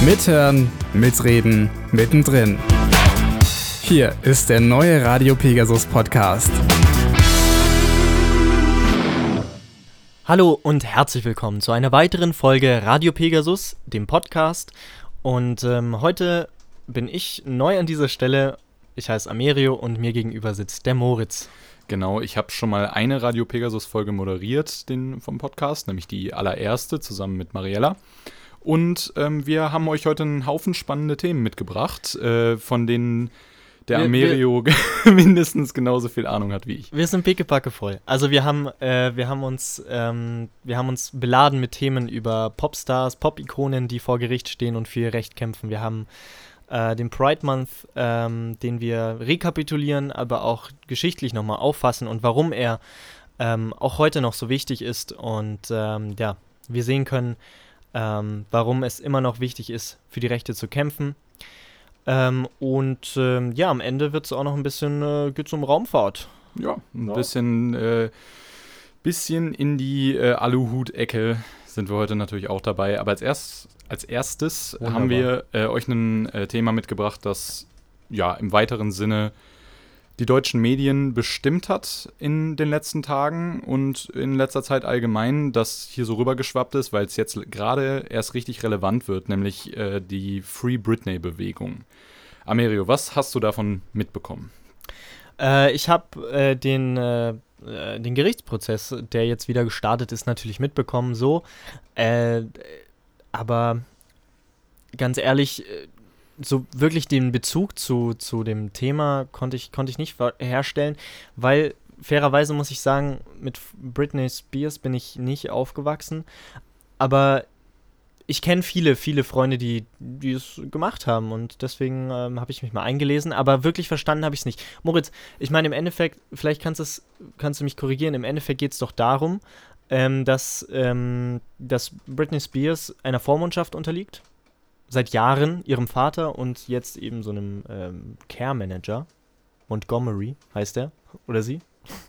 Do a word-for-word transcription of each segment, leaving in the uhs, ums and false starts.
Mithören, mitreden, mittendrin. Hier ist der neue Radio Pegasus Podcast. Hallo und herzlich willkommen zu einer weiteren Folge Radio Pegasus, dem Podcast. Und ähm, heute bin ich neu an dieser Stelle. Ich heiße Amerio und mir gegenüber sitzt der Moritz. Genau, ich habe schon mal eine Radio Pegasus-Folge moderiert, den vom Podcast, nämlich die allererste, zusammen mit Mariella. Und ähm, wir haben euch heute einen Haufen spannende Themen mitgebracht, äh, von denen der wir, Amerio wir, mindestens genauso viel Ahnung hat wie ich. Wir sind pickepacke voll. Also wir haben, äh, wir haben uns, ähm, wir haben uns beladen mit Themen über Popstars, Pop-Ikonen, die vor Gericht stehen und für ihr Recht kämpfen. Wir haben äh, den Pride Month, ähm, den wir rekapitulieren, aber auch geschichtlich nochmal auffassen und warum er ähm, auch heute noch so wichtig ist. Und ähm, ja, wir sehen können, Ähm, warum es immer noch wichtig ist, für die Rechte zu kämpfen. Ähm, und ähm, ja, am Ende wird es auch noch ein bisschen, äh, geht's um Raumfahrt. Ja, ein ja. bisschen, äh, bisschen in die äh, Aluhut-Ecke sind wir heute natürlich auch dabei. Aber als, erst, als erstes Wunderbar. haben wir äh, euch ein äh, Thema mitgebracht, das ja im weiteren Sinne die deutschen Medien bestimmt hat in den letzten Tagen und in letzter Zeit allgemein, das hier so rübergeschwappt ist, weil es jetzt gerade erst richtig relevant wird, nämlich äh, die Free Britney-Bewegung. Amerio, was hast du davon mitbekommen? Äh, ich habe äh, den, äh, den Gerichtsprozess, der jetzt wieder gestartet ist, natürlich mitbekommen, so. Äh, aber ganz ehrlich, so wirklich den Bezug zu, zu dem Thema konnte ich, konnte ich nicht herstellen, weil fairerweise muss ich sagen, mit Britney Spears bin ich nicht aufgewachsen, aber ich kenne viele, viele Freunde, die, die es gemacht haben und deswegen ähm, habe ich mich mal eingelesen, aber wirklich verstanden habe ich es nicht. Moritz, ich meine im Endeffekt, vielleicht kannst, es, kannst du mich korrigieren, im Endeffekt geht es doch darum, ähm, dass, ähm, dass Britney Spears einer Vormundschaft unterliegt. Seit Jahren ihrem Vater und jetzt eben so einem ähm, Care-Manager. Montgomery heißt er. Oder sie.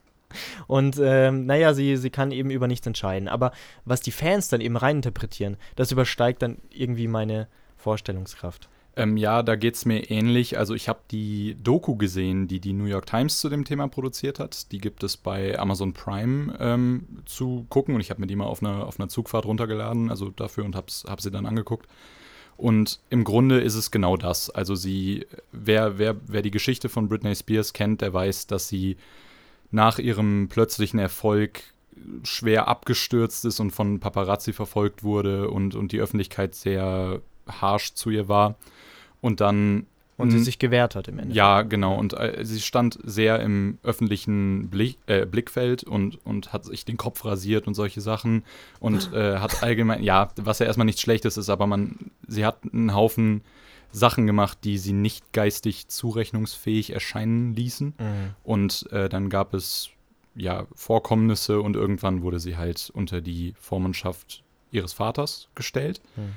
Und ähm, naja, sie, sie kann eben über nichts entscheiden. Aber was die Fans dann eben reininterpretieren, das übersteigt dann irgendwie meine Vorstellungskraft. Ähm, ja, da geht's mir ähnlich. Also ich habe die Doku gesehen, die die New York Times zu dem Thema produziert hat. Die gibt es bei Amazon Prime ähm, zu gucken. Und ich habe mir die mal auf einer, auf einer Zugfahrt runtergeladen, also dafür, und hab's, hab sie dann angeguckt. Und im Grunde ist es genau das. Also sie, wer, wer, wer die Geschichte von Britney Spears kennt, der weiß, dass sie nach ihrem plötzlichen Erfolg schwer abgestürzt ist und von Paparazzi verfolgt wurde und, und die Öffentlichkeit sehr harsch zu ihr war. Und dann Und sie sich gewehrt hat im Endeffekt. Ja, genau. Und äh, sie stand sehr im öffentlichen Blick, äh, Blickfeld und, und hat sich den Kopf rasiert und solche Sachen. Und äh, hat allgemein, ja, was ja erstmal nichts Schlechtes ist, aber man, sie hat einen Haufen Sachen gemacht, die sie nicht geistig zurechnungsfähig erscheinen ließen. Mhm. Und äh, dann gab es ja Vorkommnisse und irgendwann wurde sie halt unter die Vormundschaft ihres Vaters gestellt. Mhm.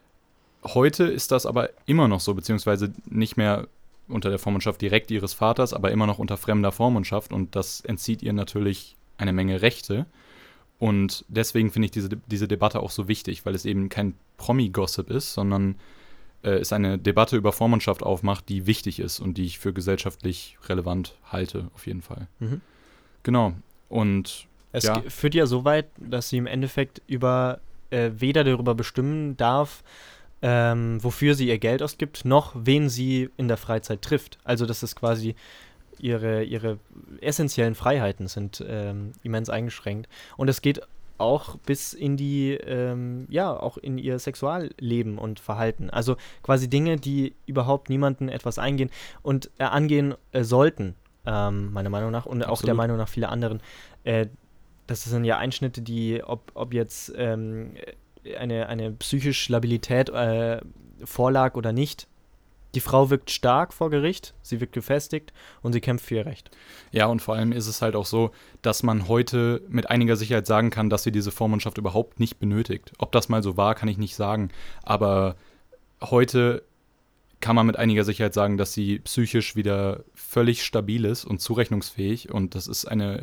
Heute ist das aber immer noch so, beziehungsweise nicht mehr unter der Vormundschaft direkt ihres Vaters, aber immer noch unter fremder Vormundschaft und das entzieht ihr natürlich eine Menge Rechte und deswegen finde ich diese, diese Debatte auch so wichtig, weil es eben kein Promi-Gossip ist, sondern äh, es eine Debatte über Vormundschaft aufmacht, die wichtig ist und die ich für gesellschaftlich relevant halte, auf jeden Fall. Mhm. Genau, und es ja. g- führt ja so weit, dass sie im Endeffekt über äh, weder darüber bestimmen darf, Ähm, wofür sie ihr Geld ausgibt, noch wen sie in der Freizeit trifft. Also das ist quasi ihre, ihre essentiellen Freiheiten sind ähm, immens eingeschränkt. Und es geht auch bis in die, ähm, ja, auch in ihr Sexualleben und Verhalten. Also quasi Dinge, die überhaupt niemanden etwas eingehen und äh, angehen äh, sollten, ähm, meiner Meinung nach, und Absolut. auch der Meinung nach vieler anderen. Äh, das sind ja Einschnitte, die, ob, ob jetzt ähm, eine, eine psychische Labilität äh, vorlag oder nicht. Die Frau wirkt stark vor Gericht, sie wirkt gefestigt und sie kämpft für ihr Recht. Ja, und vor allem ist es halt auch so, dass man heute mit einiger Sicherheit sagen kann, dass sie diese Vormundschaft überhaupt nicht benötigt. Ob das mal so war, kann ich nicht sagen. Aber heute kann man mit einiger Sicherheit sagen, dass sie psychisch wieder völlig stabil ist und zurechnungsfähig. Und das ist eine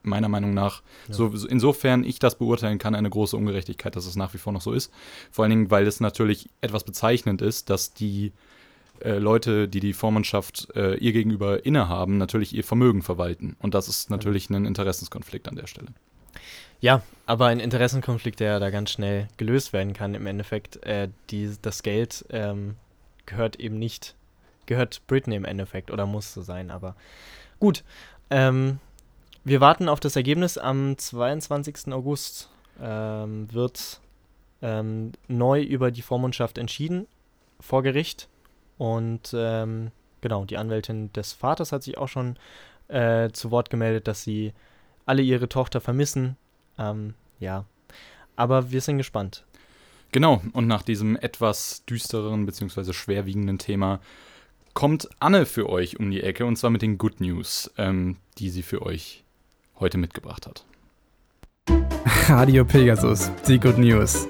meiner Meinung nach, Ja. so, so insofern ich das beurteilen kann, eine große Ungerechtigkeit, dass es nach wie vor noch so ist. Vor allen Dingen, weil es natürlich etwas bezeichnend ist, dass die äh, Leute, die die Vormundschaft äh, ihr gegenüber innehaben, natürlich ihr Vermögen verwalten. Und das ist natürlich ein Interessenskonflikt an der Stelle. Ja, aber ein Interessenkonflikt, der da ganz schnell gelöst werden kann. Im Endeffekt, äh, die, das Geld ähm, gehört eben nicht, gehört Britney im Endeffekt oder muss so sein. Aber gut, ähm, wir warten auf das Ergebnis. Am zweiundzwanzigsten August ähm, wird ähm, neu über die Vormundschaft entschieden vor Gericht. Und ähm, genau, die Anwältin des Vaters hat sich auch schon äh, zu Wort gemeldet, dass sie alle ihre Tochter vermissen. Ähm, ja, aber wir sind gespannt. Genau, und nach diesem etwas düstereren bzw. schwerwiegenden Thema kommt Anne für euch um die Ecke, und zwar mit den Good News, ähm, die sie für euch heute mitgebracht hat. Radio Pegasus, die Good News.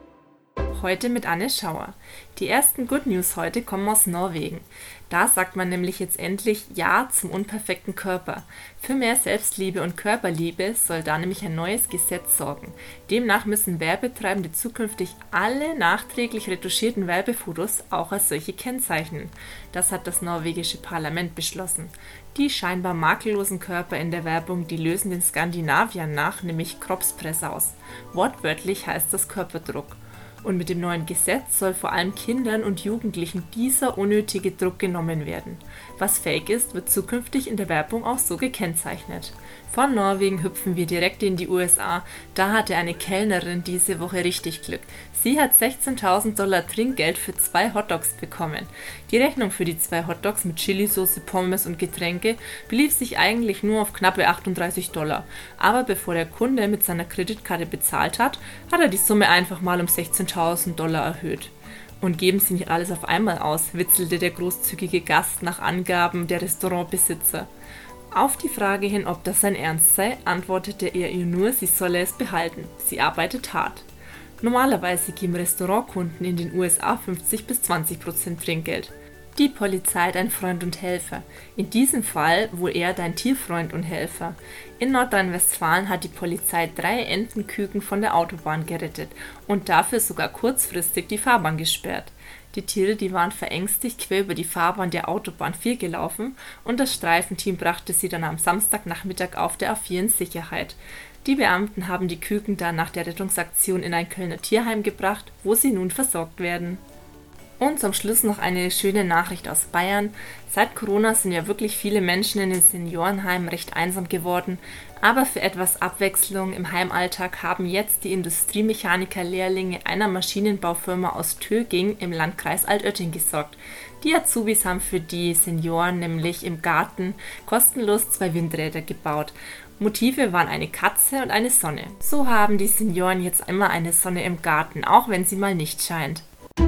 Heute mit Anne Schauer. Die ersten Good News heute kommen aus Norwegen. Da sagt man nämlich jetzt endlich Ja zum unperfekten Körper. Für mehr Selbstliebe und Körperliebe soll da nämlich ein neues Gesetz sorgen. Demnach müssen Werbetreibende zukünftig alle nachträglich retuschierten Werbefotos auch als solche kennzeichnen. Das hat das norwegische Parlament beschlossen. Die scheinbar makellosen Körper in der Werbung, die lösen den Skandinaviern nach, nämlich Kroppspress aus. Wortwörtlich heißt das Körperdruck. Und mit dem neuen Gesetz soll vor allem Kindern und Jugendlichen dieser unnötige Druck genommen werden. Was fake ist, wird zukünftig in der Werbung auch so gekennzeichnet. Von Norwegen hüpfen wir direkt in die U S A. Da hatte eine Kellnerin diese Woche richtig Glück. Sie hat sechzehntausend Dollar Trinkgeld für zwei Hotdogs bekommen. Die Rechnung für die zwei Hotdogs mit Chilisauce, Pommes und Getränke belief sich eigentlich nur auf knappe achtunddreißig Dollar. Aber bevor der Kunde mit seiner Kreditkarte bezahlt hat, hat er die Summe einfach mal um sechzehntausend Dollar erhöht. Und geben Sie nicht alles auf einmal aus, witzelte der großzügige Gast nach Angaben der Restaurantbesitzer. Auf die Frage hin, ob das sein Ernst sei, antwortete er ihr nur, sie solle es behalten. Sie arbeitet hart. Normalerweise geben Restaurantkunden in den U S A fünfzig bis zwanzig Prozent Trinkgeld. Die Polizei hat ein Freund und Helfer. In diesem Fall wohl eher dein Tierfreund und Helfer. In Nordrhein-Westfalen hat die Polizei drei Entenküken von der Autobahn gerettet und dafür sogar kurzfristig die Fahrbahn gesperrt. Die Tiere, die waren verängstigt quer über die Fahrbahn der Autobahn vier gelaufen und das Streifenteam brachte sie dann am Samstagnachmittag auf der A vier in Sicherheit. Die Beamten haben die Küken dann nach der Rettungsaktion in ein Kölner Tierheim gebracht, wo sie nun versorgt werden. Und zum Schluss noch eine schöne Nachricht aus Bayern. Seit Corona sind ja wirklich viele Menschen in den Seniorenheimen recht einsam geworden, aber für etwas Abwechslung im Heimalltag haben jetzt die Industriemechaniker-Lehrlinge einer Maschinenbaufirma aus Töging im Landkreis Altötting gesorgt. Die Azubis haben für die Senioren nämlich im Garten kostenlos zwei Windräder gebaut. Motive waren eine Katze und eine Sonne. So haben die Senioren jetzt immer eine Sonne im Garten, auch wenn sie mal nicht scheint.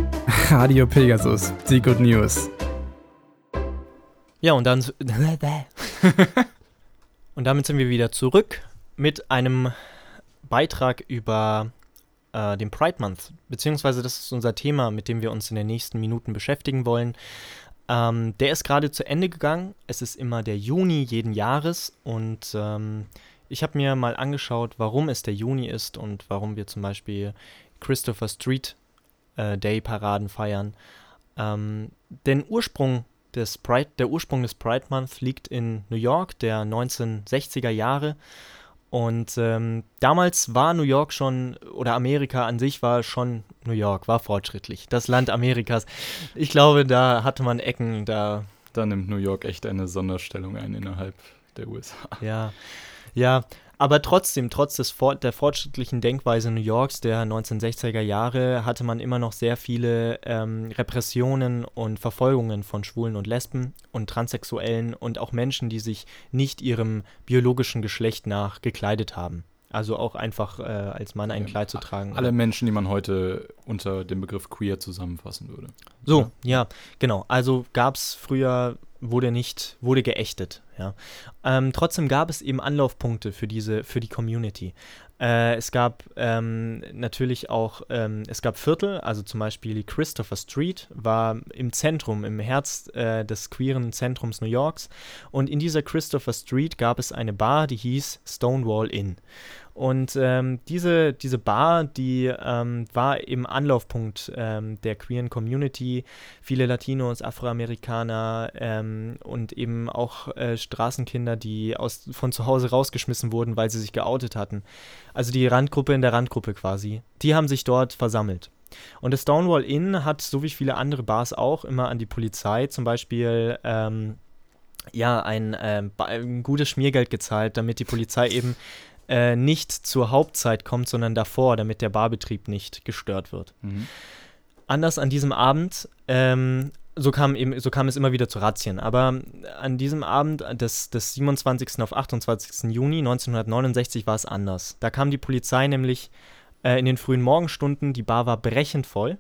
Radio Pegasus, die Good News. Ja, und dann und damit sind wir wieder zurück mit einem Beitrag über äh, den Pride Month, beziehungsweise das ist unser Thema, mit dem wir uns in den nächsten Minuten beschäftigen wollen. Ähm, der ist gerade zu Ende gegangen. Es ist immer der Juni jeden Jahres und ähm, ich habe mir mal angeschaut, warum es der Juni ist und warum wir zum Beispiel Christopher Street äh, Day Paraden feiern. Ähm, denn Ursprung des Pride, der Ursprung des Pride Month liegt in New York, der neunzehnhundertsechziger Jahre. Und ähm, damals war New York schon, oder Amerika an sich war schon, New York war fortschrittlich, das Land Amerikas. Ich glaube, da hatte man Ecken, da... Da nimmt New York echt eine Sonderstellung ein innerhalb der U S A. Ja, ja, aber trotzdem, trotz des For- der fortschrittlichen Denkweise New Yorks der neunzehnhundertsechziger Jahre hatte man immer noch sehr viele ähm, Repressionen und Verfolgungen von Schwulen und Lesben und Transsexuellen und auch Menschen, die sich nicht ihrem biologischen Geschlecht nach gekleidet haben. Also auch einfach äh, als Mann ein Kleid zu tragen. Alle Menschen, die man heute unter dem Begriff queer zusammenfassen würde. So, ja, genau. Also gab es früher, wurde nicht, wurde geächtet, ja. Ähm, trotzdem gab es eben Anlaufpunkte für diese, für die Community. Äh, es gab ähm, natürlich auch, ähm, es gab Viertel, also zum Beispiel die Christopher Street war im Zentrum, im Herz äh, des queeren Zentrums New Yorks. Und in dieser Christopher Street gab es eine Bar, die hieß Stonewall Inn. Und ähm, diese, diese Bar, die ähm, war im Anlaufpunkt ähm, der queeren Community. Viele Latinos, Afroamerikaner ähm, und eben auch äh, Straßenkinder, die aus, von zu Hause rausgeschmissen wurden, weil sie sich geoutet hatten. Also die Randgruppe in der Randgruppe quasi. Die haben sich dort versammelt. Und das Stonewall Inn hat, so wie viele andere Bars auch, immer an die Polizei zum Beispiel ähm, ja, ein, ähm, ein gutes Schmiergeld gezahlt, damit die Polizei eben Äh, nicht zur Hauptzeit kommt, sondern davor, damit der Barbetrieb nicht gestört wird. Mhm. Anders an diesem Abend, ähm, so kam, eben, so kam es immer wieder zu Razzien, aber an diesem Abend des, des siebenundzwanzigsten auf achtundzwanzigsten Juni neunzehnhundertneunundsechzig war es anders. Da kam die Polizei nämlich äh, in den frühen Morgenstunden, die Bar war brechend voll.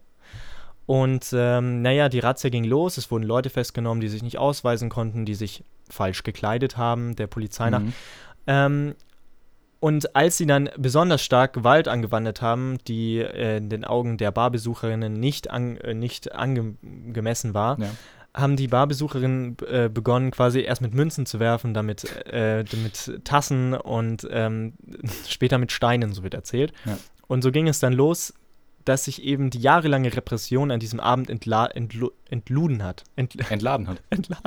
Und ähm, naja, die Razzia ging los, es wurden Leute festgenommen, die sich nicht ausweisen konnten, die sich falsch gekleidet haben, der Polizei nach. Mhm. Ähm, Und als sie dann besonders stark Gewalt angewandt haben, die äh, in den Augen der Barbesucherinnen nicht, an, äh, nicht angemessen war, Ja. haben die Barbesucherinnen äh, begonnen, quasi erst mit Münzen zu werfen, dann mit, äh, mit Tassen und ähm, später mit Steinen, so wird erzählt. Ja. Und so ging es dann los, dass sich eben die jahrelange Repression an diesem Abend entla- entlu- entluden hat. Entl- Entladen hat. Entladen.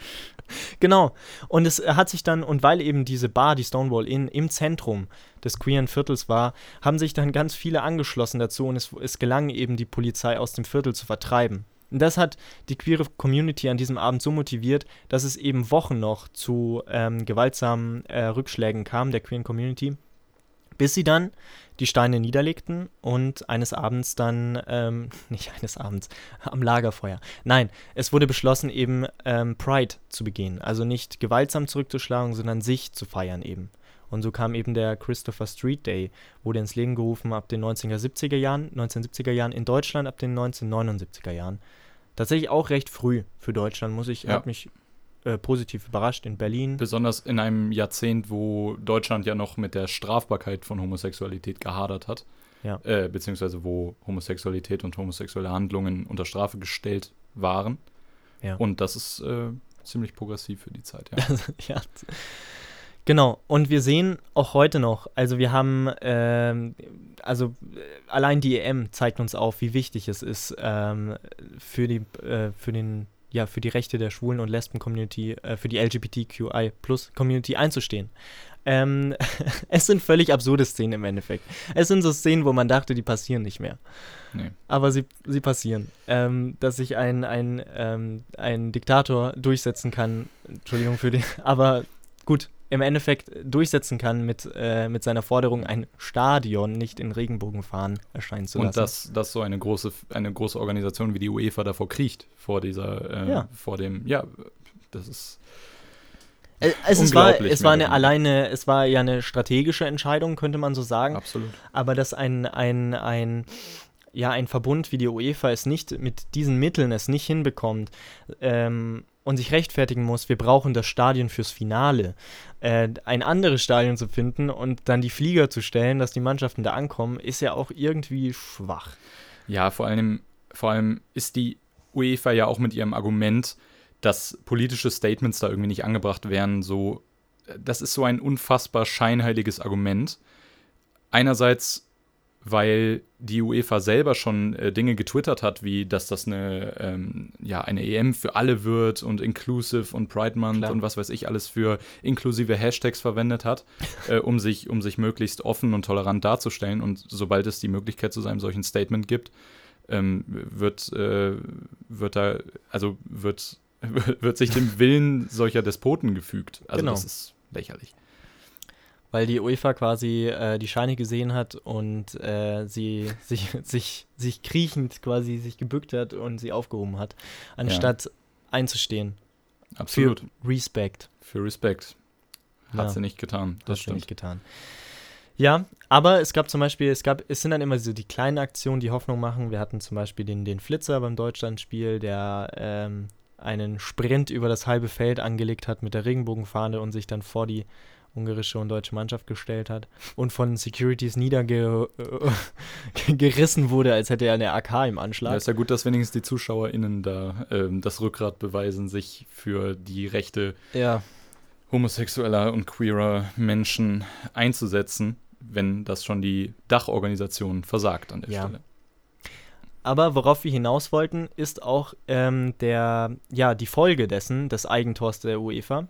Genau. Und es hat sich dann, und weil eben diese Bar, die Stonewall Inn, im Zentrum des queeren Viertels war, haben sich dann ganz viele angeschlossen dazu und es, es gelang eben, die Polizei aus dem Viertel zu vertreiben. Und das hat die queere Community an diesem Abend so motiviert, dass es eben Wochen noch zu ähm, gewaltsamen äh, Rückschlägen kam der queeren Community, bis sie dann die Steine niederlegten und eines Abends dann, ähm, nicht eines Abends, am Lagerfeuer. Nein, es wurde beschlossen, eben ähm, Pride zu begehen. Also nicht gewaltsam zurückzuschlagen, sondern sich zu feiern eben. Und so kam eben der Christopher Street Day, wurde ins Leben gerufen ab den neunzehnhundertsiebziger Jahren, neunzehnhundertsiebziger Jahren in Deutschland ab den neunzehnhundertneunundsiebziger Jahren. Tatsächlich auch recht früh für Deutschland, muss ich, Ja. hat mich äh, positiv überrascht in Berlin. Besonders in einem Jahrzehnt, wo Deutschland ja noch mit der Strafbarkeit von Homosexualität gehadert hat. Ja. Äh, beziehungsweise wo Homosexualität und homosexuelle Handlungen unter Strafe gestellt waren. Ja. Und das ist äh, ziemlich progressiv für die Zeit, ja. Ja. Genau, und wir sehen auch heute noch, also wir haben, ähm, also äh, allein die E M zeigt uns auf, wie wichtig es ist, ähm, für die, äh, für den, ja, für die Rechte der Schwulen- und Lesben-Community, äh, für die L G B T Q I Plus Community einzustehen. Ähm, es sind völlig absurde Szenen im Endeffekt. Es sind so Szenen, wo man dachte, die passieren nicht mehr. Nee. Aber sie, sie passieren. Ähm, dass sich ein, ein, ähm, ein Diktator durchsetzen kann, Entschuldigung für den, aber gut, im Endeffekt durchsetzen kann mit, äh, mit seiner Forderung, ein Stadion nicht in Regenbogenfahnen erscheinen zu lassen. Und dass, dass so eine große, eine große Organisation wie die UEFA davor kriecht, vor dieser, äh, Ja. vor dem, ja, das ist Äh, es, es war, unglaublich es war eine mit dem- alleine, es war ja eine strategische Entscheidung, könnte man so sagen. absolut. Aber dass ein, ein, ein, ja, ein Verbund wie die UEFA es nicht mit diesen Mitteln es nicht hinbekommt ähm, und sich rechtfertigen muss, wir brauchen das Stadion fürs Finale, äh, ein anderes Stadion zu finden und dann die Flieger zu stellen, dass die Mannschaften da ankommen, ist ja auch irgendwie schwach. Ja, vor allem, vor allem ist die UEFA ja auch mit ihrem Argument, dass politische Statements da irgendwie nicht angebracht wären, so, das ist so ein unfassbar scheinheiliges Argument. Einerseits, weil die UEFA selber schon äh, Dinge getwittert hat, wie, dass das eine, ähm, ja, eine E M für alle wird und inclusive und Pride Month Klar. und was weiß ich alles für inklusive Hashtags verwendet hat, äh, um sich, um sich möglichst offen und tolerant darzustellen. Und sobald es die Möglichkeit zu einem solchen Statement gibt, ähm, wird, äh, wird da, also wird, wird sich dem Willen solcher Despoten gefügt. Also Genau. das ist lächerlich. Weil die UEFA quasi äh, die Scheine gesehen hat und äh, sie sich, sich, sich kriechend quasi sich gebückt hat und sie aufgehoben hat, anstatt einzustehen. Absolut. Für Respekt. Für Respekt. Hat Ja. sie nicht getan. Das Das hat sie stimmt. nicht getan. Ja, aber es gab zum Beispiel, es gab, es sind dann immer so die kleinen Aktionen, die Hoffnung machen. Wir hatten zum Beispiel den, den Flitzer beim Deutschlandspiel, der ähm, einen Sprint über das halbe Feld angelegt hat mit der Regenbogenfahne und sich dann vor die ungarische und deutsche Mannschaft gestellt hat und von Securities niedergerissen wurde, als hätte er eine A K im Anschlag. Ja, ist ja gut, dass wenigstens die ZuschauerInnen da ähm, das Rückgrat beweisen, sich für die Rechte ja. homosexueller und queerer Menschen einzusetzen, wenn das schon die Dachorganisation versagt an der ja. Stelle. Aber worauf wir hinaus wollten, ist auch ähm, der, ja, die Folge dessen, des Eigentors der UEFA.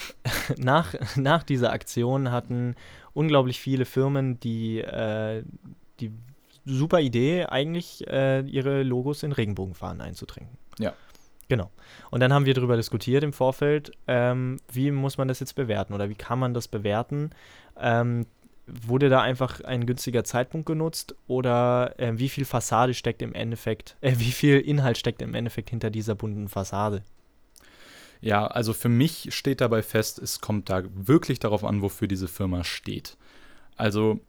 nach, nach dieser Aktion hatten unglaublich viele Firmen die, äh, die super Idee, eigentlich äh, ihre Logos in Regenbogenfahnen einzutrinken. Ja. Genau. Und dann haben wir darüber diskutiert im Vorfeld, ähm, wie muss man das jetzt bewerten oder wie kann man das bewerten? Ähm, Wurde da einfach ein günstiger Zeitpunkt genutzt oder äh, wie viel Fassade steckt im Endeffekt, äh, wie viel Inhalt steckt im Endeffekt hinter dieser bunten Fassade? Ja, also für mich steht dabei fest, es kommt da wirklich darauf an, wofür diese Firma steht. Also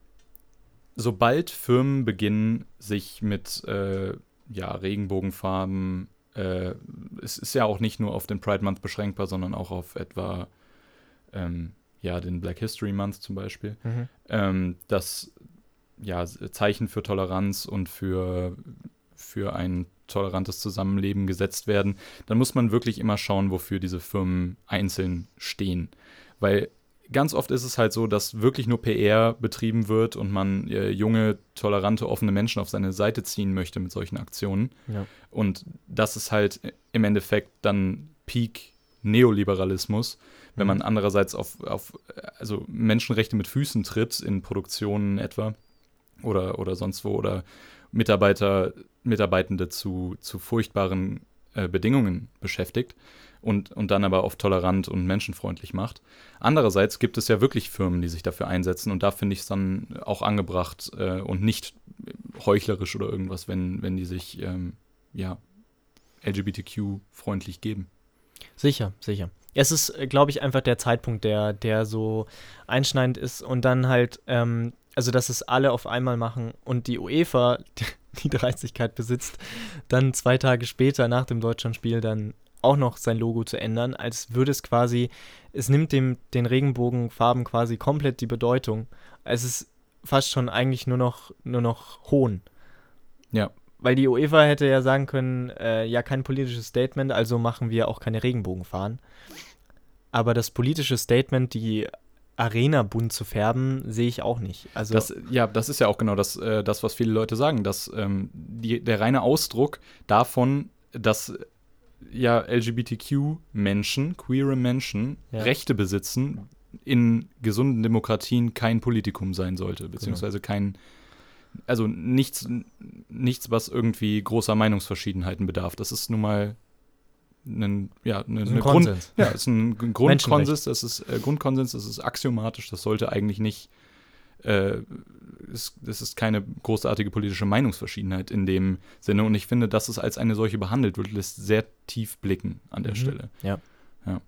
sobald Firmen beginnen, sich mit äh, ja, Regenbogenfarben, äh, es ist ja auch nicht nur auf den Pride Month beschränkbar, sondern auch auf etwa ähm, ja, den Black History Month zum Beispiel, Mhm. ähm, das ja, Zeichen für Toleranz und für, für ein tolerantes Zusammenleben gesetzt werden, dann muss man wirklich immer schauen, wofür diese Firmen einzeln stehen. Weil ganz oft ist es halt so, dass wirklich nur P R betrieben wird und man äh, junge, tolerante, offene Menschen auf seine Seite ziehen möchte mit solchen Aktionen. Ja. Und das ist halt im Endeffekt dann Peak Neoliberalismus, wenn man andererseits auf, auf also Menschenrechte mit Füßen tritt, in Produktionen etwa oder, oder sonst wo, oder Mitarbeiter, Mitarbeitende zu, zu furchtbaren äh, Bedingungen beschäftigt und, und dann aber auf tolerant und menschenfreundlich macht. Andererseits gibt es ja wirklich Firmen, die sich dafür einsetzen und da finde ich es dann auch angebracht äh, und nicht heuchlerisch oder irgendwas, wenn, wenn die sich ähm, ja, L G B T Q-freundlich geben. Sicher, sicher. Es ist, glaube ich, einfach der Zeitpunkt, der, der so einschneidend ist und dann halt, ähm, also dass es alle auf einmal machen und die UEFA die Dreistigkeit besitzt, dann zwei Tage später nach dem Deutschlandspiel dann auch noch sein Logo zu ändern, als würde es quasi, es nimmt dem den Regenbogenfarben quasi komplett die Bedeutung. Es ist fast schon eigentlich nur noch, nur noch Hohn. Ja. Weil die UEFA hätte ja sagen können, äh, ja, kein politisches Statement, also machen wir auch keine Regenbogenfahnen. Aber das politische Statement, die Arena bunt zu färben, sehe ich auch nicht. Also das, ja, das ist ja auch genau das, äh, das was viele Leute sagen, dass ähm, die, der reine Ausdruck davon, dass ja L G B T Q-Menschen, queere Menschen, Ja. Rechte besitzen, in gesunden Demokratien kein Politikum sein sollte, beziehungsweise kein, also nichts, nichts, was irgendwie großer Meinungsverschiedenheiten bedarf. Das ist nun mal ein, ja, eine, ein eine Konsens. Grund, ja, ist ein Grundkonsens, das ist äh, Grundkonsens, das ist axiomatisch, das sollte eigentlich nicht, äh, ist, das ist keine großartige politische Meinungsverschiedenheit in dem Sinne und ich finde, dass es als eine solche behandelt wird, lässt sehr tief blicken an der Mhm. Stelle. Ja. Ja.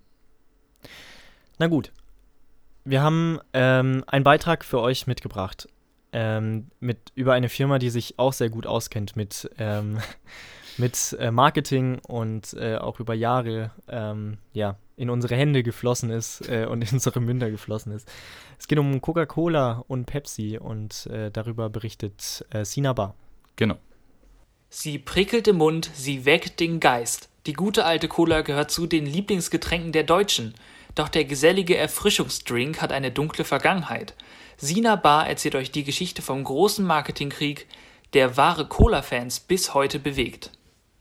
Na gut. Wir haben ähm, einen Beitrag für euch mitgebracht. Ähm, mit, über eine Firma, die sich auch sehr gut auskennt mit, ähm, mit äh, Marketing und äh, auch über Jahre ähm, ja, in unsere Hände geflossen ist äh, und in unsere Münder geflossen ist. Es geht um Coca-Cola und Pepsi und äh, darüber berichtet äh, Sina Bar. Genau. Sie prickelt im Mund, sie weckt den Geist. Die gute alte Cola gehört zu den Lieblingsgetränken der Deutschen. Doch der gesellige Erfrischungsdrink hat eine dunkle Vergangenheit. Sina Bar erzählt euch die Geschichte vom großen Marketingkrieg, der wahre Cola-Fans bis heute bewegt.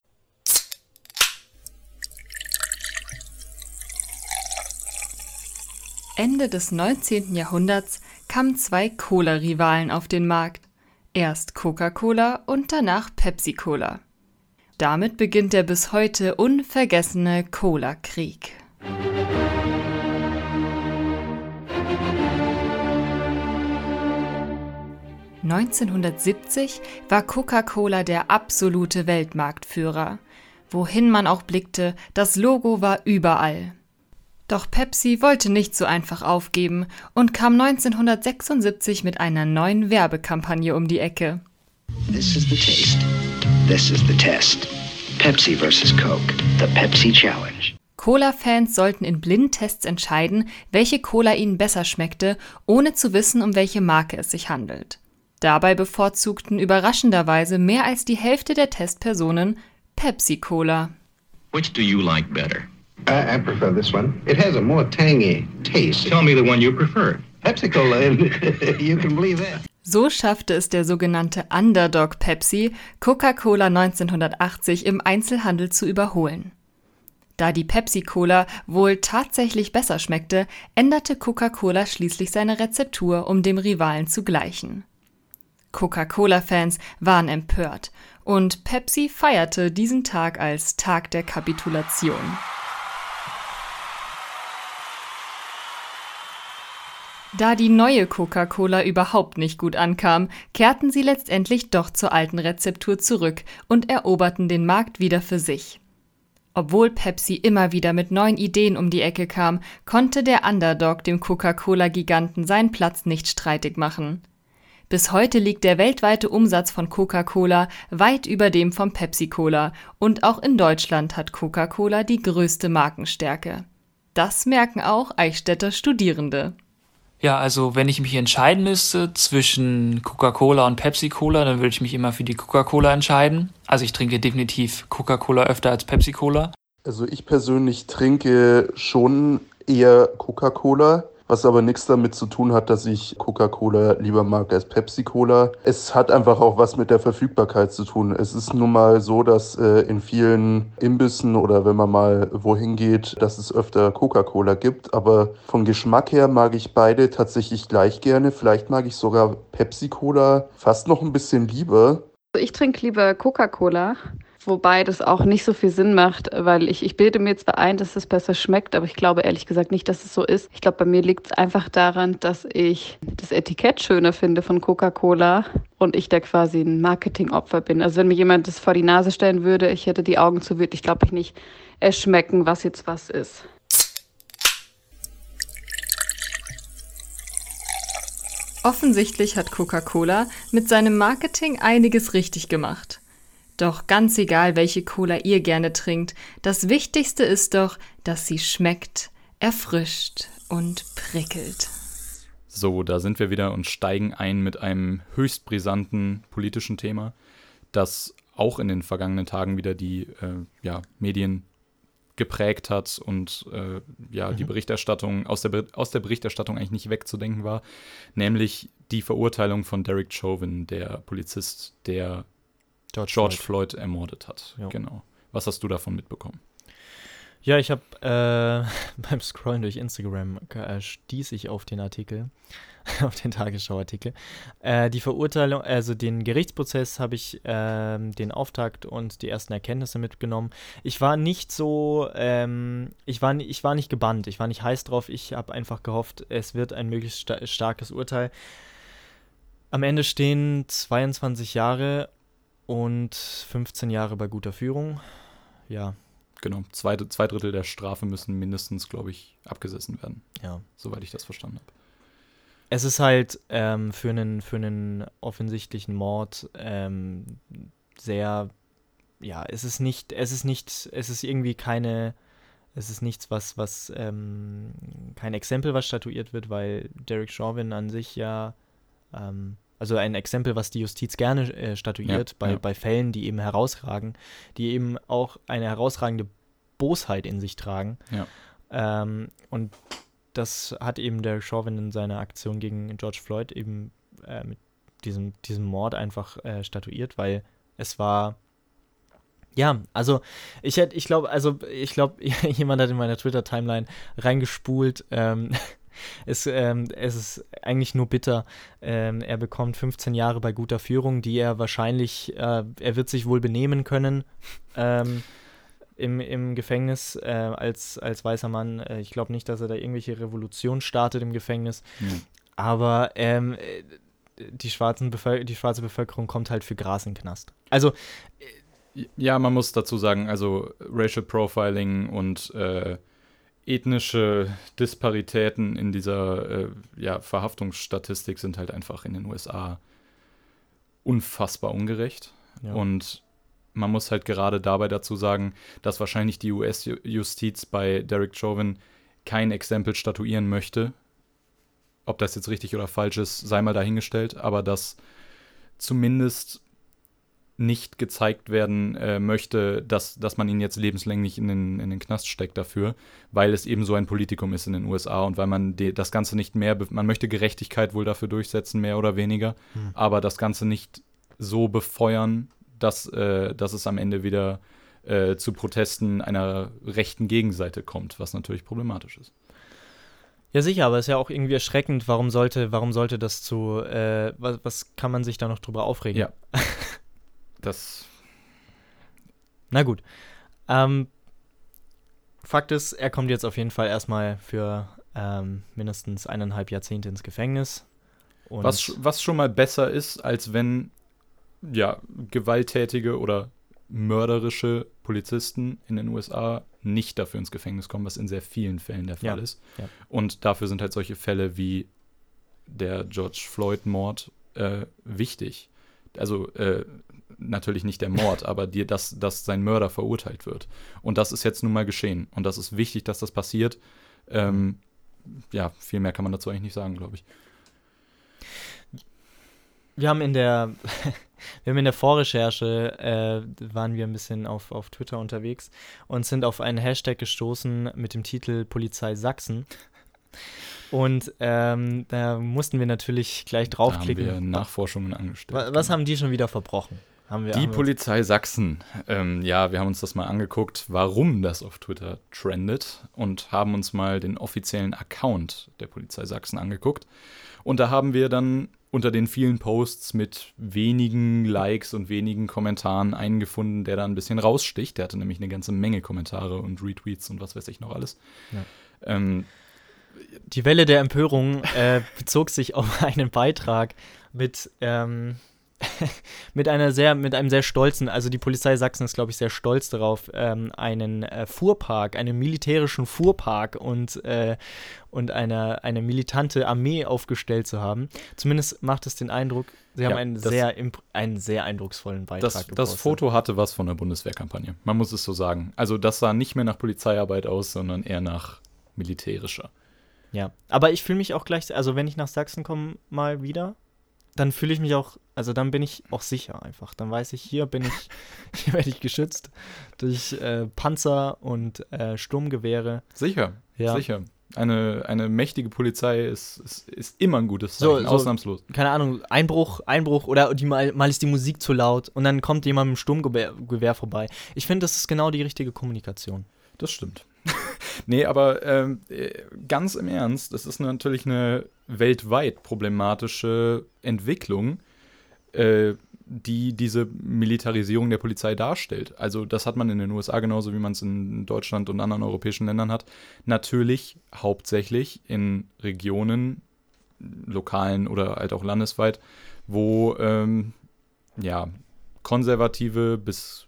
Ende des neunzehnten Jahrhunderts kamen zwei Cola-Rivalen auf den Markt. Erst Coca-Cola und danach Pepsi-Cola. Damit beginnt der bis heute unvergessene Cola-Krieg. neunzehnhundertsiebzig war Coca-Cola der absolute Weltmarktführer. Wohin man auch blickte, das Logo war überall. Doch Pepsi wollte nicht so einfach aufgeben und kam neunzehnhundertsechsundsiebzig mit einer neuen Werbekampagne um die Ecke. This is the taste. This is the test. Pepsi versus Coke. The Pepsi Challenge. Cola-Fans sollten in Blindtests entscheiden, welche Cola ihnen besser schmeckte, ohne zu wissen, um welche Marke es sich handelt. Dabei bevorzugten überraschenderweise mehr als die Hälfte der Testpersonen Pepsi-Cola. Which do you like better? I, I prefer this one. It has a more tangy taste. Tell me the one you prefer. Pepsi-Cola, you can believe that. So schaffte es der sogenannte Underdog Pepsi, Coca-Cola neunzehnhundertachtzig im Einzelhandel zu überholen. Da die Pepsi-Cola wohl tatsächlich besser schmeckte, änderte Coca-Cola schließlich seine Rezeptur, um dem Rivalen zu gleichen. Coca-Cola-Fans waren empört und Pepsi feierte diesen Tag als Tag der Kapitulation. Da die neue Coca-Cola überhaupt nicht gut ankam, kehrten sie letztendlich doch zur alten Rezeptur zurück und eroberten den Markt wieder für sich. Obwohl Pepsi immer wieder mit neuen Ideen um die Ecke kam, konnte der Underdog dem Coca-Cola-Giganten seinen Platz nicht streitig machen. Bis heute liegt der weltweite Umsatz von Coca-Cola weit über dem von Pepsi-Cola und auch in Deutschland hat Coca-Cola die größte Markenstärke. Das merken auch Eichstätter Studierende. Ja, also wenn ich mich entscheiden müsste zwischen Coca-Cola und Pepsi-Cola, dann würde ich mich immer für die Coca-Cola entscheiden. Also ich trinke definitiv Coca-Cola öfter als Pepsi-Cola. Also ich persönlich trinke schon eher Coca-Cola, was aber nichts damit zu tun hat, dass ich Coca-Cola lieber mag als Pepsi-Cola. Es hat einfach auch was mit der Verfügbarkeit zu tun. Es ist nun mal so, dass äh, in vielen Imbissen oder wenn man mal wohin geht, dass es öfter Coca-Cola gibt. Aber vom Geschmack her mag ich beide tatsächlich gleich gerne. Vielleicht mag ich sogar Pepsi-Cola fast noch ein bisschen lieber. Ich trinke lieber Coca-Cola. Wobei das auch nicht so viel Sinn macht, weil ich, ich bilde mir zwar ein, dass es besser schmeckt, aber ich glaube ehrlich gesagt nicht, dass es so ist. Ich glaube, bei mir liegt es einfach daran, dass ich das Etikett schöner finde von Coca-Cola und ich da quasi ein Marketingopfer bin. Also wenn mir jemand das vor die Nase stellen würde, ich hätte die Augen zu, würde ich glaube ich nicht erschmecken, was jetzt was ist. Offensichtlich hat Coca-Cola mit seinem Marketing einiges richtig gemacht. Doch ganz egal, welche Cola ihr gerne trinkt, das Wichtigste ist doch, dass sie schmeckt, erfrischt und prickelt. So, da sind wir wieder und steigen ein mit einem höchst brisanten politischen Thema, das auch in den vergangenen Tagen wieder die äh, ja, Medien geprägt hat und äh, ja, mhm. die Berichterstattung, aus der, aus der Berichterstattung eigentlich nicht wegzudenken war, nämlich die Verurteilung von Derek Chauvin, der Polizist, der George, George Floyd. Floyd ermordet hat. Jo. Genau. Was hast du davon mitbekommen? Ja, ich habe äh, beim Scrollen durch Instagram äh, stieß ich auf den Artikel, auf den Tagesschau-Artikel. Äh, die Verurteilung, also den Gerichtsprozess habe ich äh, den Auftakt und die ersten Erkenntnisse mitgenommen. Ich war nicht so, ähm, ich war, ich war nicht gebannt, ich war nicht heiß drauf. Ich habe einfach gehofft, es wird ein möglichst sta- starkes Urteil. Am Ende stehen zweiundzwanzig Jahre und fünfzehn Jahre bei guter Führung. Ja. Genau, zwei, zwei Drittel der Strafe müssen mindestens, glaube ich, abgesessen werden. Ja. Soweit ich das verstanden habe. Es ist halt ähm, für einen für einen offensichtlichen Mord ähm, sehr, ja, es ist nicht, es ist nicht, es ist irgendwie keine, es ist nichts, was, was, ähm, kein Exempel, was statuiert wird, weil Derek Chauvin an sich ja, ähm, also ein Exempel, was die Justiz gerne äh, statuiert, ja, bei, ja. bei Fällen, die eben herausragen, die eben auch eine herausragende Bosheit in sich tragen. Ja. Ähm, und das hat eben Derek Chauvin in seiner Aktion gegen George Floyd eben äh, mit diesem, diesem Mord einfach äh, statuiert, weil es war, ja, also ich hätte, ich glaube, also ich glaube, jemand hat in meiner Twitter-Timeline reingespult, ähm, Es, ähm, es ist eigentlich nur bitter. Ähm, er bekommt fünfzehn Jahre bei guter Führung, die er wahrscheinlich, äh, er wird sich wohl benehmen können ähm, im, im Gefängnis äh, als, als weißer Mann. Äh, ich glaube nicht, dass er da irgendwelche Revolution startet im Gefängnis. Mhm. Aber ähm, die, schwarzen Bevölker- die schwarze Bevölkerung kommt halt für Gras in den Knast. Also ja, man muss dazu sagen, also Racial Profiling und äh, ethnische Disparitäten in dieser äh, ja, Verhaftungsstatistik sind halt einfach in den U S A unfassbar ungerecht. Ja. Und man muss halt gerade dabei dazu sagen, dass wahrscheinlich die U S-Justiz bei Derek Chauvin kein Exempel statuieren möchte. Ob das jetzt richtig oder falsch ist, sei mal dahingestellt, aber dass zumindest nicht gezeigt werden äh, möchte, dass, dass man ihn jetzt lebenslänglich in den, in den Knast steckt dafür, weil es eben so ein Politikum ist in den U S A und weil man die, das Ganze nicht mehr, be- man möchte Gerechtigkeit wohl dafür durchsetzen, mehr oder weniger, hm. aber das Ganze nicht so befeuern, dass, äh, dass es am Ende wieder äh, zu Protesten einer rechten Gegenseite kommt, was natürlich problematisch ist. Ja, sicher, aber es ist ja auch irgendwie erschreckend, warum sollte, warum sollte das zu, äh, was, was kann man sich da noch drüber aufregen? Ja. Das. Na gut. Ähm, Fakt ist, er kommt jetzt auf jeden Fall erstmal für ähm, mindestens eineinhalb Jahrzehnte ins Gefängnis. Und was, was schon mal besser ist, als wenn ja, gewalttätige oder mörderische Polizisten in den U S A nicht dafür ins Gefängnis kommen, was in sehr vielen Fällen der Fall ja. ist. Ja. Und dafür sind halt solche Fälle wie der George Floyd-Mord äh, wichtig. Also äh, natürlich nicht der Mord, aber die, dass, dass sein Mörder verurteilt wird. Und das ist jetzt nun mal geschehen. Und das ist wichtig, dass das passiert. Ähm, ja, viel mehr kann man dazu eigentlich nicht sagen, glaube ich. Wir haben in der wir haben in der Vorrecherche äh, waren wir ein bisschen auf, auf Twitter unterwegs und sind auf einen Hashtag gestoßen mit dem Titel Polizei Sachsen. Und ähm, da mussten wir natürlich gleich draufklicken. Da haben wir Nachforschungen angestellt. Was, was haben die schon wieder verbrochen? Haben wir, die haben wir Polizei Sachsen. Ähm, ja, wir haben uns das mal angeguckt, warum das auf Twitter trendet und haben uns mal den offiziellen Account der Polizei Sachsen angeguckt. Und da haben wir dann unter den vielen Posts mit wenigen Likes und wenigen Kommentaren einen gefunden, der da ein bisschen raussticht. Der hatte nämlich eine ganze Menge Kommentare und Retweets und was weiß ich noch alles. Ja. Ähm, Die Welle der Empörung äh, bezog sich auf einen Beitrag mit ähm, mit einer sehr, mit einem sehr stolzen, also die Polizei Sachsen ist, glaube ich, sehr stolz darauf, ähm, einen äh, Fuhrpark, einen militärischen Fuhrpark und, äh, und eine, eine militante Armee aufgestellt zu haben. Zumindest macht es den Eindruck, sie haben ja, einen, das, sehr, einen sehr eindrucksvollen Beitrag das, gepostet. das Foto hatte was von der Bundeswehrkampagne, man muss es so sagen. Also das sah nicht mehr nach Polizeiarbeit aus, sondern eher nach militärischer. Ja, aber ich fühle mich auch gleich, also wenn ich nach Sachsen komme mal wieder, dann fühle ich mich auch, also dann bin ich auch sicher einfach. Dann weiß ich, hier bin ich, hier werde ich geschützt durch äh, Panzer und äh, Sturmgewehre. Sicher, ja. sicher. Eine, eine mächtige Polizei ist, ist, ist immer ein gutes Zeichen, so, so, ausnahmslos. Keine Ahnung, Einbruch, Einbruch oder die mal, mal ist die Musik zu laut und dann kommt jemand mit dem Sturmgewehr Gewehr vorbei. Ich finde, das ist genau die richtige Kommunikation. Das stimmt. Nee, aber ähm, ganz im Ernst, das ist natürlich eine weltweit problematische Entwicklung, äh, die diese Militarisierung der Polizei darstellt. Also das hat man in den U S A genauso, wie man es in Deutschland und anderen europäischen Ländern hat. Natürlich hauptsächlich in Regionen, lokalen oder halt auch landesweit, wo ähm, ja, konservative bis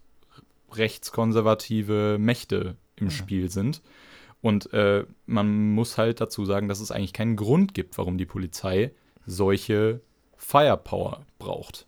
rechtskonservative Mächte im Spiel sind. Und äh, man muss halt dazu sagen, dass es eigentlich keinen Grund gibt, warum die Polizei solche Firepower braucht.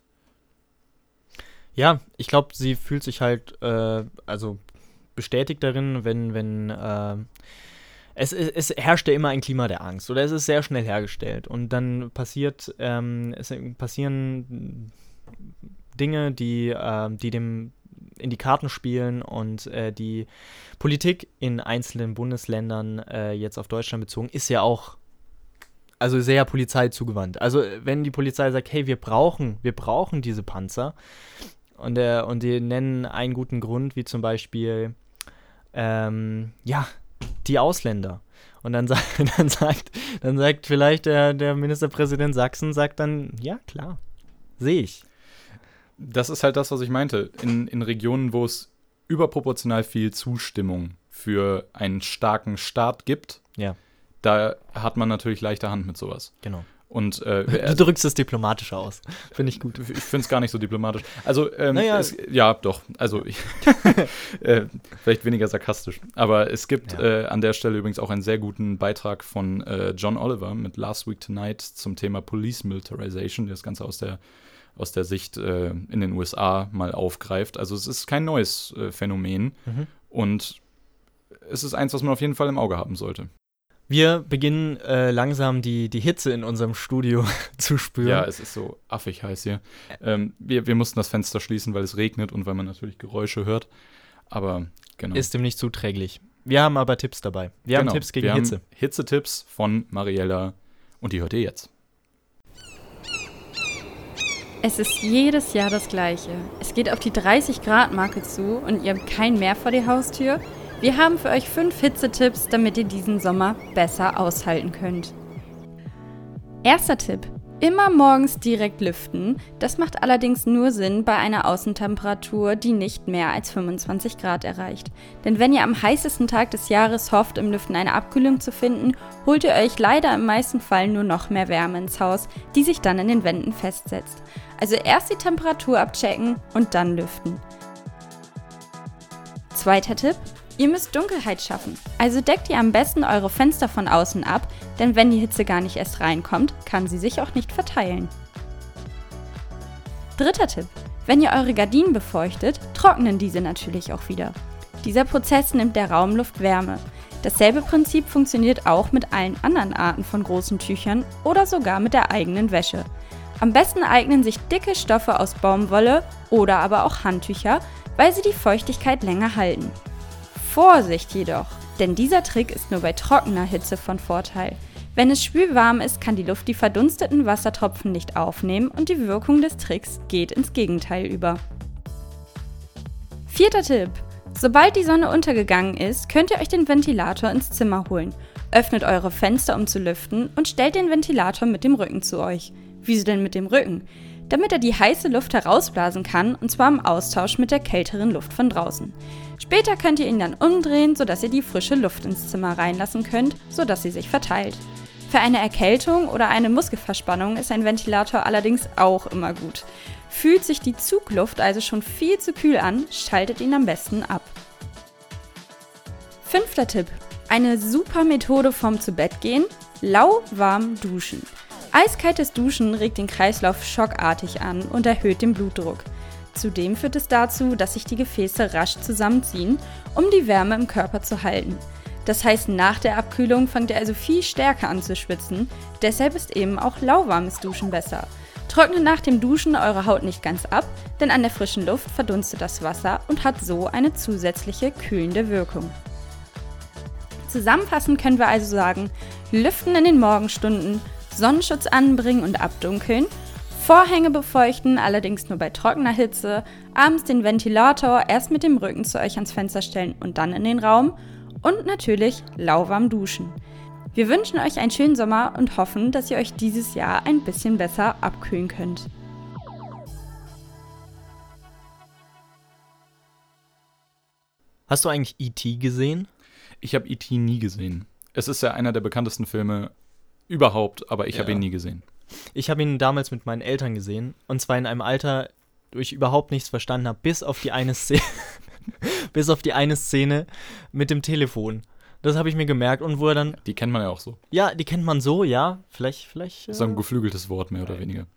Ja, ich glaube, sie fühlt sich halt äh, also bestätigt darin, wenn, wenn äh, es, es herrscht ja immer ein Klima der Angst oder es ist sehr schnell hergestellt und dann passiert, ähm, es passieren Dinge, die, äh, die dem in die Karten spielen und äh, die Politik in einzelnen Bundesländern äh, jetzt auf Deutschland bezogen ist ja auch also sehr Polizei zugewandt. Also wenn die Polizei sagt, hey, wir brauchen, wir brauchen diese Panzer und, äh, und die nennen einen guten Grund, wie zum Beispiel ähm, ja, die Ausländer. Und dann, sa- dann sagt dann sagt vielleicht der, der Ministerpräsident Sachsen, sagt dann, ja klar, sehe ich. Das ist halt das, was ich meinte. In, in Regionen, wo es überproportional viel Zustimmung für einen starken Staat gibt, ja. da hat man natürlich leichte Hand mit sowas. Genau. Und, äh, du drückst es diplomatischer aus. Finde ich gut. Ich finde es gar nicht so diplomatisch. Also, ähm, naja. es, ja, doch. Also, ich, äh, vielleicht weniger sarkastisch. Aber es gibt ja. äh, an der Stelle übrigens auch einen sehr guten Beitrag von äh, John Oliver mit Last Week Tonight zum Thema Police Militarization, der das Ganze aus der aus der Sicht äh, in den U S A mal aufgreift. Also es ist kein neues äh, Phänomen Mhm. und es ist eins, was man auf jeden Fall im Auge haben sollte. Wir beginnen äh, langsam die, die Hitze in unserem Studio zu spüren. Ja, es ist so affig heiß hier. Ähm, wir, wir mussten das Fenster schließen, weil es regnet und weil man natürlich Geräusche hört. Aber genau. Ist dem nicht zuträglich. Wir haben aber Tipps dabei. Wir genau. haben Tipps gegen wir Hitze. Haben Hitzetipps von Mariella und die hört ihr jetzt. Es ist jedes Jahr das Gleiche. Es geht auf die dreißig-Grad-Marke zu und ihr habt kein Meer vor die Haustür. Wir haben für euch fünf Hitzetipps, damit ihr diesen Sommer besser aushalten könnt. Erster Tipp. Immer morgens direkt lüften. Das macht allerdings nur Sinn bei einer Außentemperatur, die nicht mehr als fünfundzwanzig Grad erreicht. Denn wenn ihr am heißesten Tag des Jahres hofft, im Lüften eine Abkühlung zu finden, holt ihr euch leider im meisten Fall nur noch mehr Wärme ins Haus, die sich dann in den Wänden festsetzt. Also erst die Temperatur abchecken und dann lüften. Zweiter Tipp. Ihr müsst Dunkelheit schaffen, also deckt ihr am besten eure Fenster von außen ab, denn wenn die Hitze gar nicht erst reinkommt, kann sie sich auch nicht verteilen. Dritter Tipp. Wenn ihr eure Gardinen befeuchtet, trocknen diese natürlich auch wieder. Dieser Prozess nimmt der Raumluft Wärme. Dasselbe Prinzip funktioniert auch mit allen anderen Arten von großen Tüchern oder sogar mit der eigenen Wäsche. Am besten eignen sich dicke Stoffe aus Baumwolle oder aber auch Handtücher, weil sie die Feuchtigkeit länger halten. Vorsicht jedoch, denn dieser Trick ist nur bei trockener Hitze von Vorteil. Wenn es schwülwarm ist, kann die Luft die verdunsteten Wassertropfen nicht aufnehmen und die Wirkung des Tricks geht ins Gegenteil über. Vierter Tipp. Sobald die Sonne untergegangen ist, könnt ihr euch den Ventilator ins Zimmer holen. Öffnet eure Fenster, um zu lüften und stellt den Ventilator mit dem Rücken zu euch. Wieso denn mit dem Rücken? Damit er die heiße Luft herausblasen kann, und zwar im Austausch mit der kälteren Luft von draußen. Später könnt ihr ihn dann umdrehen, sodass ihr die frische Luft ins Zimmer reinlassen könnt, sodass sie sich verteilt. Für eine Erkältung oder eine Muskelverspannung ist ein Ventilator allerdings auch immer gut. Fühlt sich die Zugluft also schon viel zu kühl an, schaltet ihn am besten ab. Fünfter Tipp. Eine super Methode vorm Zubettgehen: lauwarm duschen. Eiskaltes Duschen regt den Kreislauf schockartig an und erhöht den Blutdruck. Zudem führt es dazu, dass sich die Gefäße rasch zusammenziehen, um die Wärme im Körper zu halten. Das heißt, nach der Abkühlung fangt ihr also viel stärker an zu schwitzen, deshalb ist eben auch lauwarmes Duschen besser. Trocknet nach dem Duschen eure Haut nicht ganz ab, denn an der frischen Luft verdunstet das Wasser und hat so eine zusätzliche kühlende Wirkung. Zusammenfassend können wir also sagen: Lüften in den Morgenstunden, Sonnenschutz anbringen und abdunkeln, Vorhänge befeuchten, allerdings nur bei trockener Hitze, abends den Ventilator erst mit dem Rücken zu euch ans Fenster stellen und dann in den Raum und natürlich lauwarm duschen. Wir wünschen euch einen schönen Sommer und hoffen, dass ihr euch dieses Jahr ein bisschen besser abkühlen könnt. Hast du eigentlich E T gesehen? Ich habe E T nie gesehen. Es ist ja einer der bekanntesten Filme überhaupt, aber ich Ja. habe ihn nie gesehen. Ich habe ihn damals mit meinen Eltern gesehen, und zwar in einem Alter, wo ich überhaupt nichts verstanden habe, bis auf die eine Szene, bis auf die eine Szene mit dem Telefon. Das habe ich mir gemerkt, und wo er dann, Die kennt man ja auch so. ja, die kennt man so, ja, vielleicht, vielleicht Das ist ein äh, geflügeltes Wort, mehr oder weniger.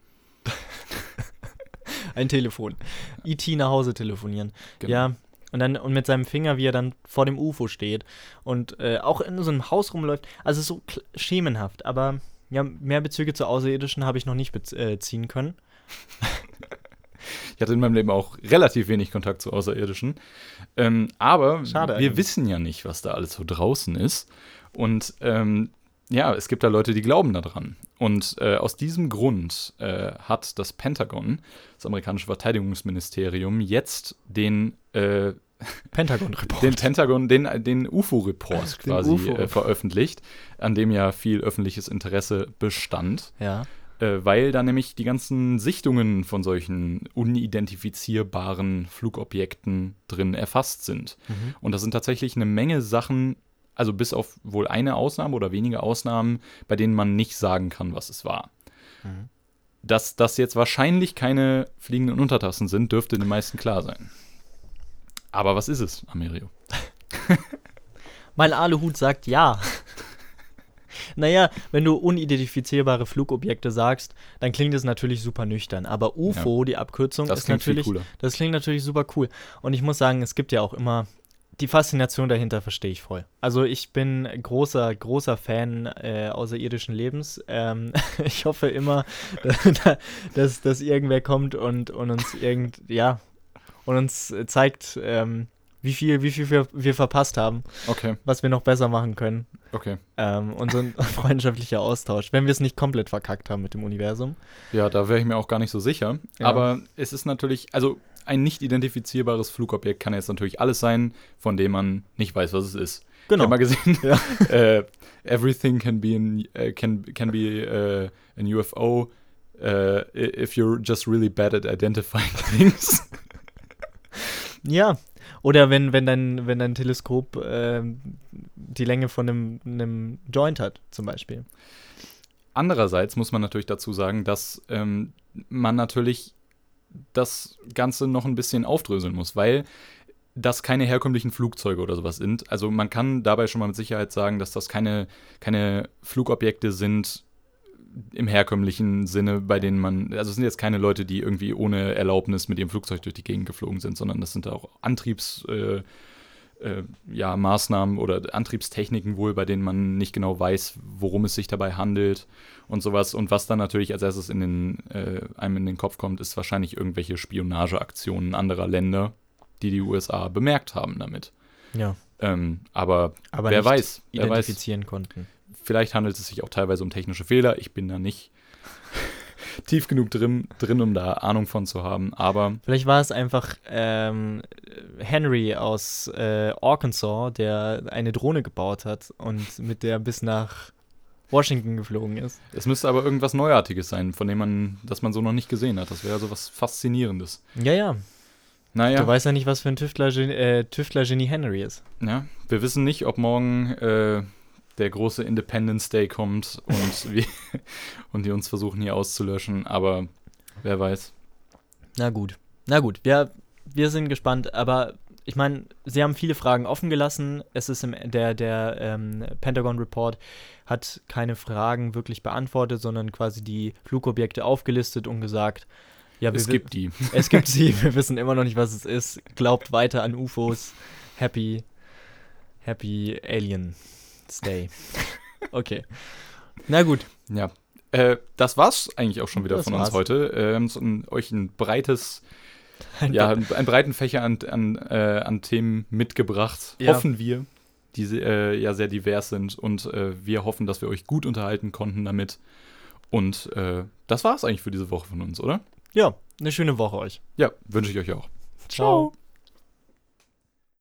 ein Telefon. E T nach Hause telefonieren. Genau. Ja, und dann und mit seinem Finger, wie er dann vor dem U F O steht und äh, auch in so einem Haus rumläuft. Also so kl- schemenhaft, aber ja, mehr Bezüge zu Außerirdischen habe ich noch nicht bez- äh, ziehen können. Ich hatte in meinem Leben auch relativ wenig Kontakt zu Außerirdischen. Ähm, aber Schade wir eigentlich. wissen ja nicht, was da alles so draußen ist. Und ähm, ja, es gibt da Leute, die glauben daran. Und äh, aus diesem Grund äh, hat das Pentagon, das amerikanische Verteidigungsministerium, jetzt den äh, Pentagon-Report. den Pentagon, den, den U F O-Report Den quasi U F O. äh, veröffentlicht, an dem ja viel öffentliches Interesse bestand. Ja. Äh, weil da nämlich die ganzen Sichtungen von solchen unidentifizierbaren Flugobjekten drin erfasst sind. Mhm. Und das sind tatsächlich eine Menge Sachen, also bis auf wohl eine Ausnahme oder wenige Ausnahmen, bei denen man nicht sagen kann, was es war. Mhm. Dass das jetzt wahrscheinlich keine fliegenden Untertassen sind, dürfte den meisten klar sein. Aber was ist es, Amerio? Mein Aluhut sagt ja. Naja, wenn du unidentifizierbare Flugobjekte sagst, dann klingt es natürlich super nüchtern. Aber U F O, ja. die Abkürzung, das ist natürlich, das klingt natürlich super cool. Und ich muss sagen, es gibt ja auch immer, die Faszination dahinter verstehe ich voll. Also ich bin großer, großer Fan äh, außerirdischen Lebens. Ähm, ich hoffe immer, dass, dass irgendwer kommt und, und uns irgend, ja, und uns zeigt, ähm, wie viel, wie viel wir, wir verpasst haben, okay. was wir noch besser machen können. Okay. Ähm, und so ein freundschaftlicher Austausch, wenn wir es nicht komplett verkackt haben mit dem Universum. Ja, da wäre ich mir auch gar nicht so sicher. Ja. Aber es ist natürlich, also ein nicht identifizierbares Flugobjekt kann jetzt natürlich alles sein, von dem man nicht weiß, was es ist. Genau. Ich habe mal gesehen, ja. uh, everything can be, an, uh, can, can be uh, an U F O uh, if you're just really bad at identifying things. Ja, oder wenn, wenn, dein, wenn dein Teleskop äh, die Länge von einem, einem Joint hat, zum Beispiel. Andererseits muss man natürlich dazu sagen, dass ähm, man natürlich das Ganze noch ein bisschen aufdröseln muss, weil das keine herkömmlichen Flugzeuge oder sowas sind. Also man kann dabei schon mal mit Sicherheit sagen, dass das keine, keine Flugobjekte sind im herkömmlichen Sinne, bei denen man, also es sind jetzt keine Leute, die irgendwie ohne Erlaubnis mit ihrem Flugzeug durch die Gegend geflogen sind, sondern das sind auch Antriebs, äh, äh, ja, Maßnahmen oder Antriebstechniken wohl, bei denen man nicht genau weiß, worum es sich dabei handelt und sowas. Und was dann natürlich als erstes in den, äh, einem in den Kopf kommt, ist wahrscheinlich irgendwelche Spionageaktionen anderer Länder, die die U S A bemerkt haben damit. Ja. Ähm, aber, aber wer nicht weiß, wer identifizieren weiß. konnten. Vielleicht handelt es sich auch teilweise um technische Fehler. Ich bin da nicht tief genug drin, drin, um da Ahnung von zu haben. Aber vielleicht war es einfach ähm, Henry aus äh, Arkansas, der eine Drohne gebaut hat und mit der bis nach Washington geflogen ist. Es müsste aber irgendwas Neuartiges sein, von dem man, das man so noch nicht gesehen hat. Das wäre so was Faszinierendes. Ja, ja. Naja. Du weißt ja nicht, was für ein Tüftler-Genie äh, Tüftler-Genie Henry ist. Ja, wir wissen nicht, ob morgen äh, der große Independence Day kommt und, wir, und die uns versuchen hier auszulöschen, aber wer weiß. Na gut, na gut, wir, wir sind gespannt, aber ich meine, sie haben viele Fragen offen gelassen. Es ist im, der, der ähm, Pentagon Report hat keine Fragen wirklich beantwortet, sondern quasi die Flugobjekte aufgelistet und gesagt, ja, es wir, gibt die. Es gibt sie, wir wissen immer noch nicht, was es ist. Glaubt weiter an U F Os. Happy, happy Alien Stay. Okay. Na gut. Ja. Äh, das war's eigentlich auch schon wieder das von war's. uns heute. Wir haben so ein, euch ein breites, ein ja, einen breiten Fächer an, an, äh, an Themen mitgebracht. Ja. Hoffen wir, die äh, ja sehr divers sind. Und äh, wir hoffen, dass wir euch gut unterhalten konnten damit. Und äh, das war's eigentlich für diese Woche von uns, oder? Ja, eine schöne Woche euch. Ja, wünsche ich euch auch. Ciao. Ciao.